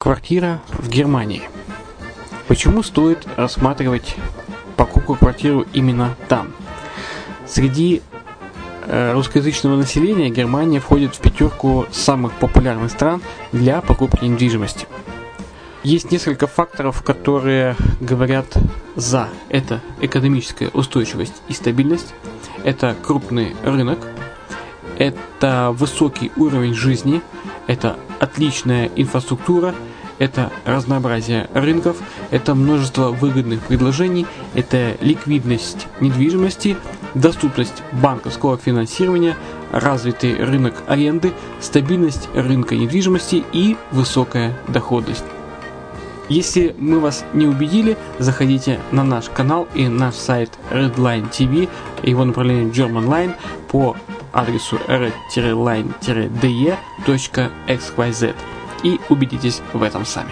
Квартира в Германии. Почему стоит рассматривать покупку квартиры именно там? Среди русскоязычного населения Германия входит в пятерку самых популярных стран для покупки недвижимости. Есть несколько факторов, которые говорят за. Это экономическая устойчивость и стабильность, это крупный рынок, это высокий уровень жизни, это отличная инфраструктура, это разнообразие рынков, это множество выгодных предложений, это ликвидность недвижимости, доступность банковского финансирования, развитый рынок аренды, стабильность рынка недвижимости и высокая доходность. Если мы вас не убедили, заходите на наш канал и наш сайт Redline TV, его направление German Line по адресу red-line-de.xyz и убедитесь в этом сами.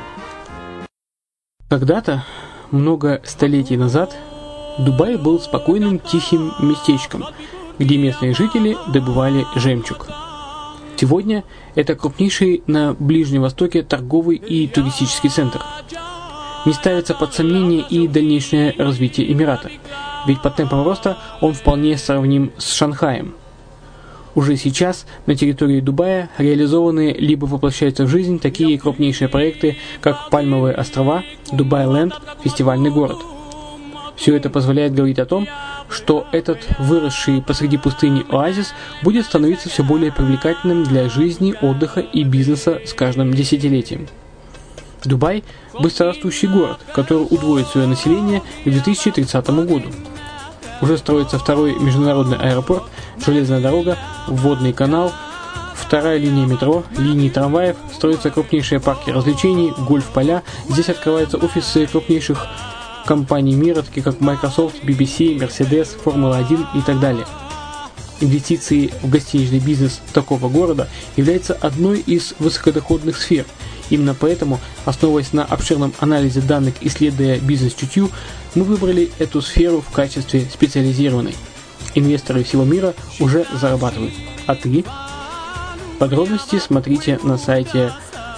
Когда-то, много столетий назад, Дубай был спокойным тихим местечком, где местные жители добывали жемчуг. Сегодня это крупнейший на Ближнем Востоке торговый и туристический центр. Не ставится под сомнение и дальнейшее развитие Эмирата, ведь по темпам роста он вполне сравним с Шанхаем. Уже сейчас на территории Дубая реализованы либо воплощаются в жизнь такие крупнейшие проекты, как Пальмовые острова, Дубай-Ленд, фестивальный город. Все это позволяет говорить о том, что этот выросший посреди пустыни оазис будет становиться все более привлекательным для жизни, отдыха и бизнеса с каждым десятилетием. Дубай – быстрорастущий город, который удвоит свое население к 2030 году. Уже строится второй международный аэропорт, железная дорога, водный канал, вторая линия метро, линии трамваев, строятся крупнейшие парки развлечений, гольф-поля. Здесь открываются офисы крупнейших компаний мира, таких как Microsoft, BBC, Mercedes, Формула-1 и так далее. Инвестиции в гостиничный бизнес такого города являются одной из высокодоходных сфер. Именно поэтому, основываясь на обширном анализе данных, исследуя бизнес-чутью, мы выбрали эту сферу в качестве специализированной. Инвесторы всего мира уже зарабатывают. А ты? Подробности смотрите на сайте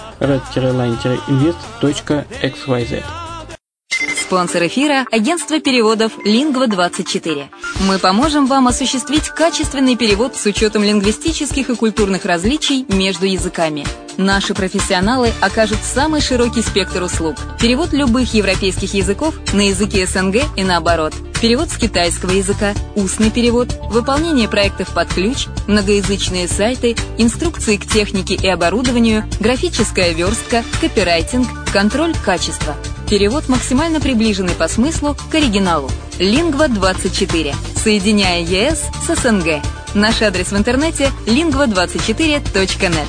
red-line-invest.xyz. Спонсор эфира – агентство переводов Lingva24. Мы поможем вам осуществить качественный перевод с учетом лингвистических и культурных различий между языками. Наши профессионалы окажут самый широкий спектр услуг. Перевод любых европейских языков на языки СНГ и наоборот. Перевод с китайского языка, устный перевод, выполнение проектов под ключ, многоязычные сайты, инструкции к технике и оборудованию, графическая верстка, копирайтинг, контроль качества. Перевод максимально приближенный по смыслу к оригиналу. Lingva24. Соединяя ЕС с СНГ. Наш адрес в интернете lingva24.net.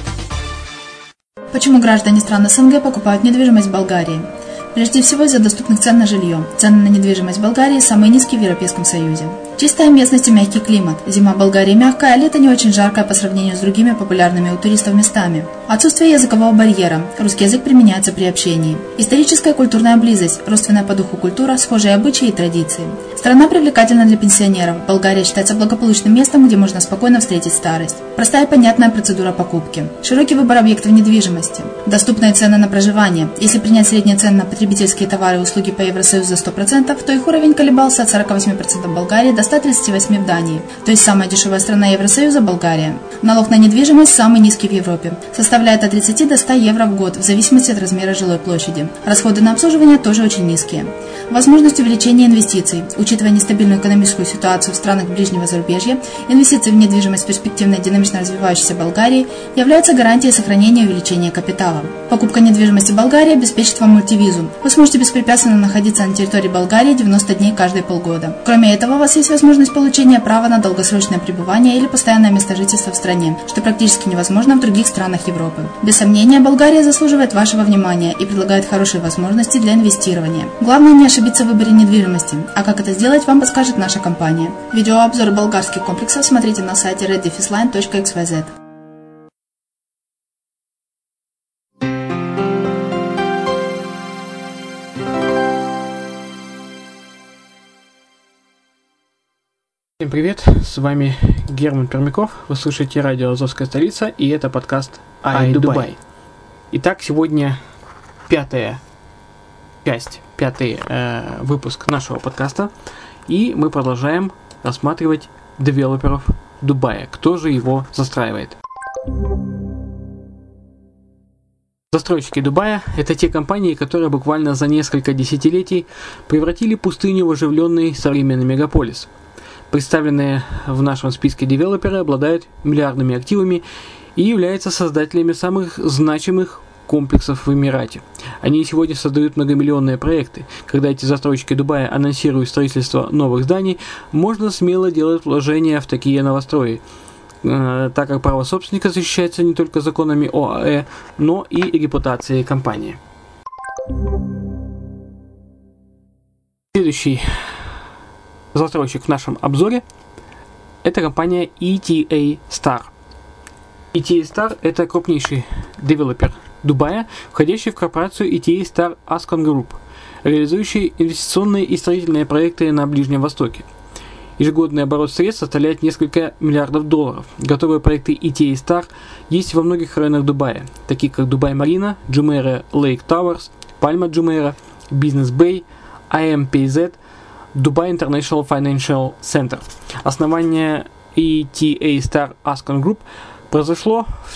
Почему граждане стран СНГ покупают недвижимость в Болгарии? Прежде всего из-за доступных цен на жилье. Цены на недвижимость в Болгарии самые низкие в Европейском Союзе. Чистая местность и мягкий климат. Зима в Болгарии мягкая, а лето не очень жаркое по сравнению с другими популярными у туристов местами. Отсутствие языкового барьера. Русский язык применяется при общении. Историческая и культурная близость. Родственная по духу культура, схожие обычаи и традиции. Страна привлекательна для пенсионеров. Болгария считается благополучным местом, где можно спокойно встретить старость. Простая и понятная процедура покупки. Широкий выбор объектов недвижимости. Доступные цены на проживание. Если принять средние цены на потребительские товары и услуги по Евросоюзу за 100%, то их уровень колебался от 48% в Болгарии до 138% в Дании. То есть самая дешевая страна Евросоюза – Болгария. Налог на недвижимость самый низкий в Европе. Составляет от 30 до 100 евро в год, в зависимости от размера жилой площади. Расходы на обслуживание тоже очень низкие. Возможность увеличения инвестиций. Учитывая нестабильную экономическую ситуацию в странах ближнего зарубежья, инвестиции в недвижимость в перспективной динамично развивающейся Болгарии являются гарантией сохранения и увеличения капитала. Покупка недвижимости в Болгарии обеспечит вам мультивизу. Вы сможете беспрепятственно находиться на территории Болгарии 90 дней каждые полгода. Кроме этого, у вас есть возможность получения права на долгосрочное пребывание или постоянное место жительства в стране, что практически невозможно в других странах Европы. Без сомнения, Болгария заслуживает вашего внимания и предлагает хорошие возможности для инвестирования. Главное не ошибиться в выборе недвижимости, а как это сделать, вам подскажет наша компания. Видеообзор болгарских комплексов смотрите на сайте red-line.xyz. Всем привет, с вами Герман Пермяков, вы слушаете радио «Азовская столица» и это подкаст iDubai. Итак, сегодня пятый выпуск нашего подкаста, и мы продолжаем рассматривать девелоперов Дубая. Кто же его застраивает? Застройщики Дубая – это те компании, которые буквально за несколько десятилетий превратили пустыню в оживленный современный мегаполис. Представленные в нашем списке девелоперы обладают миллиардными активами и являются создателями самых значимых комплексов в Эмирате. Они сегодня создают многомиллионные проекты. Когда эти застройщики Дубая анонсируют строительство новых зданий, можно смело делать вложения в такие новострои, так как право собственника защищается не только законами ОАЭ, но и репутацией компании. Следующий застройщик в нашем обзоре – это компания ETA Star. ETA Star – это крупнейший девелопер Дубая, входящий в корпорацию ETA Star Ascon Group, реализующий инвестиционные и строительные проекты на Ближнем Востоке. Ежегодный оборот средств составляет несколько миллиардов долларов. Готовые проекты ETA Star есть во многих районах Дубая, таких как Дубай-Марина, Jumeirah Lake Towers, Palma Jumeirah, Business Bay, IMPZ, Dubai International Financial Center. Основание ETA Star Ascon Group произошло в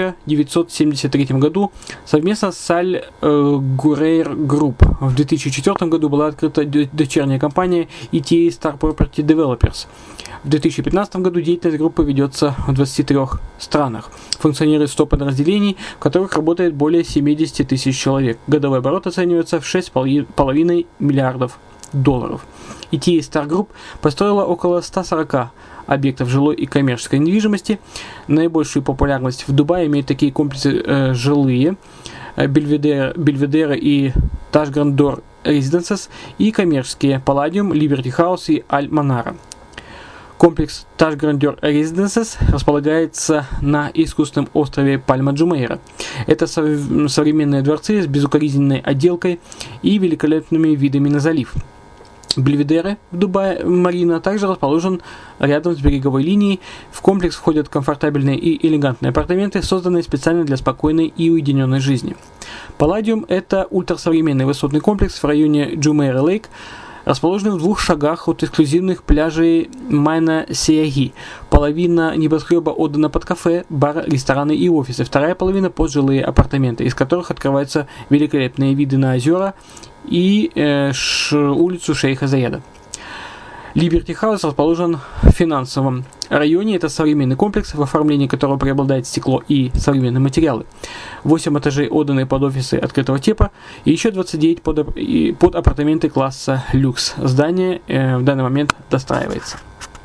1973 году совместно с Al Ghurair Group. В 2004 году была открыта дочерняя компания ETA Star Property Developers. В 2015 году деятельность группы ведется в 23 странах. Функционирует 100 подразделений, в которых работает более 70 тысяч человек. Годовой оборот оценивается в 6,5 миллиардов долларов. ETA Star Group построила около 140 объектов жилой и коммерческой недвижимости. Наибольшую популярность в Дубае имеют такие комплексы жилые, Бельведера и Taj Grandeur Residences, и коммерческие Palladium, Liberty House и Al Manara. Комплекс Taj Grandeur Residences располагается на искусственном острове Пальма Джумейра. Это современные дворцы с безукоризненной отделкой и великолепными видами на залив. Бельведере в Дубае-Марина также расположен рядом с береговой линией. В комплекс входят комфортабельные и элегантные апартаменты, созданные специально для спокойной и уединенной жизни. Palladium – это ультрасовременный высотный комплекс в районе Jumeirah Lake, расположенный в 2 шагах от эксклюзивных пляжей Майна Сияги. Половина небоскреба отдана под кафе, бар, рестораны и офисы. Вторая половина под жилые апартаменты, из которых открываются великолепные виды на озера и улицу Шейха Заяда. Liberty House расположен в финансовом районе. Это современный комплекс, в оформлении которого преобладает стекло и современные материалы. 8 этажей отданы под офисы открытого типа и еще 29 под апартаменты класса люкс. Здание в данный момент достраивается.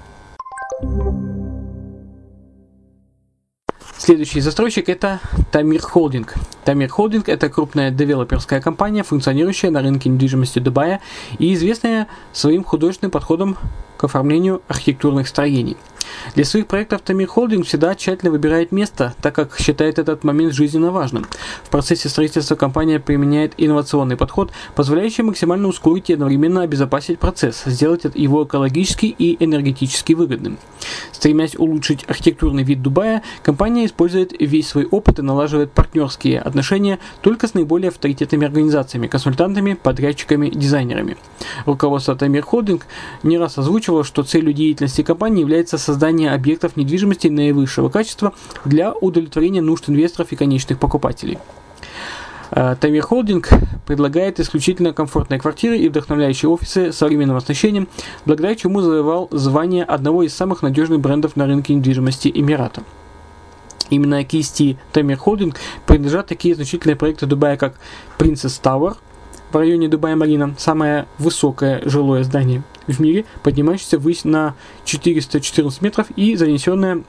Следующий застройщик – это Tameer Holding. Tameer Holding – это крупная девелоперская компания, функционирующая на рынке недвижимости Дубая и известная своим художественным подходом к оформлению архитектурных строений. Для своих проектов Tameer Holding всегда тщательно выбирает место, так как считает этот момент жизненно важным. В процессе строительства компания применяет инновационный подход, позволяющий максимально ускорить и одновременно обезопасить процесс, сделать его экологически и энергетически выгодным. Стремясь улучшить архитектурный вид Дубая, компания использует весь свой опыт и налаживает партнерские отношения только с наиболее авторитетными организациями, консультантами, подрядчиками, дизайнерами. Руководство Tameer Holding не раз озвучивало, что целью деятельности компании является создание объектов недвижимости наивысшего качества для удовлетворения нужд инвесторов и конечных покупателей. Tameer Holding предлагает исключительно комфортные квартиры и вдохновляющие офисы с современным оснащением, благодаря чему завоевал звание одного из самых надежных брендов на рынке недвижимости Эмирата. Именно кисти Tameer Holding принадлежат такие значительные проекты Дубая, как Princess Tower в районе Дубая-Марина, самое высокое жилое здание в мире, поднимающееся ввысь на 414 метров и занесенное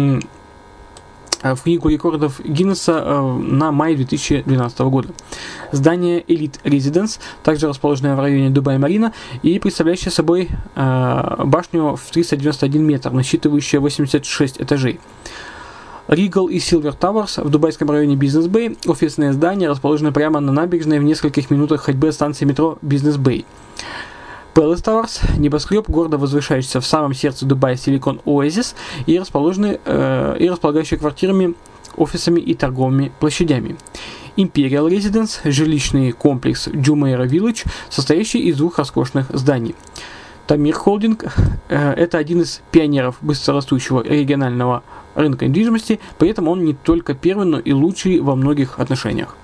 в книгу рекордов Гиннесса на май 2012 года. Здание Elite Residence, также расположенное в районе Дубай-Марина и представляющее собой башню в 391 метр, насчитывающее 86 этажей. Regal и Silver Towers в дубайском районе Business Bay, офисные здания, расположены прямо на набережной в нескольких минутах ходьбы от станции метро Business Bay. Palace Towers – небоскреб, гордо возвышающийся в самом сердце Дубая Silicon Oasis и располагающий квартирами, офисами и торговыми площадями. Imperial Residence – жилищный комплекс Jumeirah Village, состоящий из 2 роскошных зданий. Tamir Holding – это один из пионеров быстрорастущего регионального рынка недвижимости, при этом он не только первый, но и лучший во многих отношениях.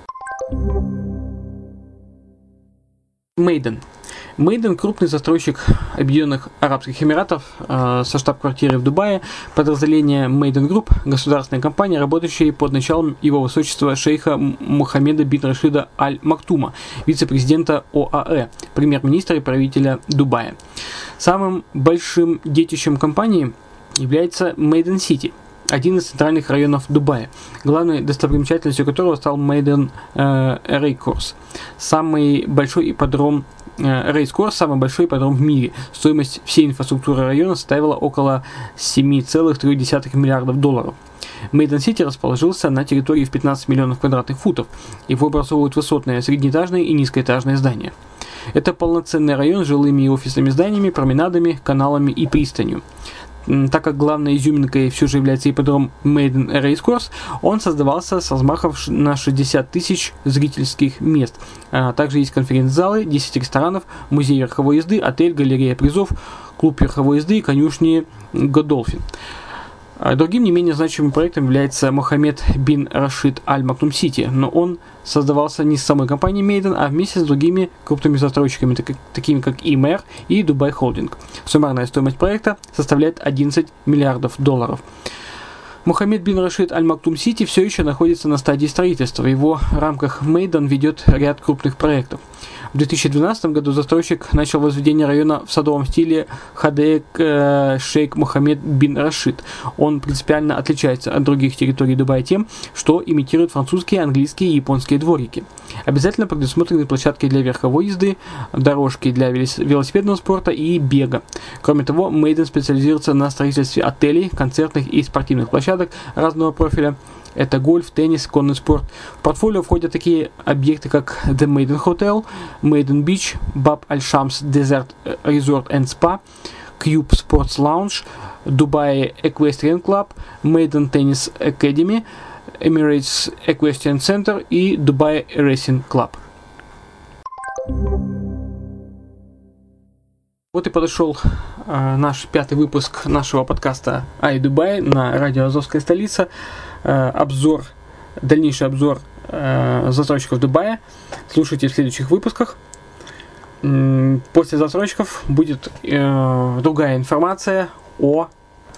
Мейден. Мейден – крупный застройщик Объединенных Арабских Эмиратов со штаб-квартирой в Дубае, подразделение Мейден Групп, государственная компания, работающая под началом его высочества шейха Мухаммеда бин Рашида Аль Мактума, вице-президента ОАЭ, премьер-министра и правителя Дубая. Самым большим детищем компании является Мейден Сити, один из центральных районов Дубая, главной достопримечательностью которого стал Мейден Рейкорс, самый большой ипподром самый большой ипподром в мире. Стоимость всей инфраструктуры района составила около $7,3 миллиардов. Мейден-Сити расположился на территории в 15 миллионов квадратных футов. Его образовывают высотные, среднеэтажные и низкоэтажные здания. Это полноценный район с жилыми и офисными зданиями, променадами, каналами и пристанью. Так как главной изюминкой все же является ипподром Мейден Рейскорс, он создавался с размахом на 60 тысяч зрительских мест. Также есть конференц-залы, 10 ресторанов, музей верховой езды, отель, галерея призов, клуб верховой езды и конюшни Годолфин. Другим не менее значимым проектом является Мохаммед бин Рашид Аль Мактум Сити, но он создавался не с самой компанией Мейден, а вместе с другими крупными застройщиками, такими как ИМР и Дубай Холдинг. Суммарная стоимость проекта составляет $11 миллиардов. Мохаммед бин Рашид Аль Мактум Сити все еще находится на стадии строительства. В его рамках Мейден ведет ряд крупных проектов. В 2012 году застройщик начал возведение района в садовом стиле Хадеек Шейх Мохаммед бин Рашид. Он принципиально отличается от других территорий Дубая тем, что имитирует французские, английские и японские дворики. Обязательно предусмотрены площадки для верховой езды, дорожки для велосипедного спорта и бега. Кроме того, Мейден специализируется на строительстве отелей, концертных и спортивных площадок разного профиля. Это гольф, теннис, конный спорт. В портфолио входят такие объекты, как The Meydan Hotel, Meydan Beach, Bab Al-Shams Desert Resort and Spa, Cube Sports Lounge, Dubai Equestrian Club, Meydan Tennis Academy, Emirates Equestrian Center и Dubai Racing Club. Вот и подошел наш 5-й выпуск нашего подкаста «Ай Дубай» на радио «Азовская столица». Дальнейший обзор застройщиков Дубая слушайте в следующих выпусках. После застройщиков будет другая информация о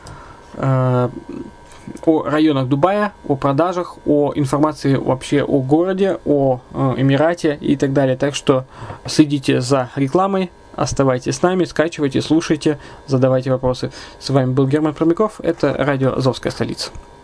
районах Дубая, о продажах, о информации вообще о городе, о Эмирате и так далее. Так что следите за рекламой, оставайтесь с нами, скачивайте, слушайте, задавайте вопросы. С вами был Герман Промяков, это радио «Азовская столица».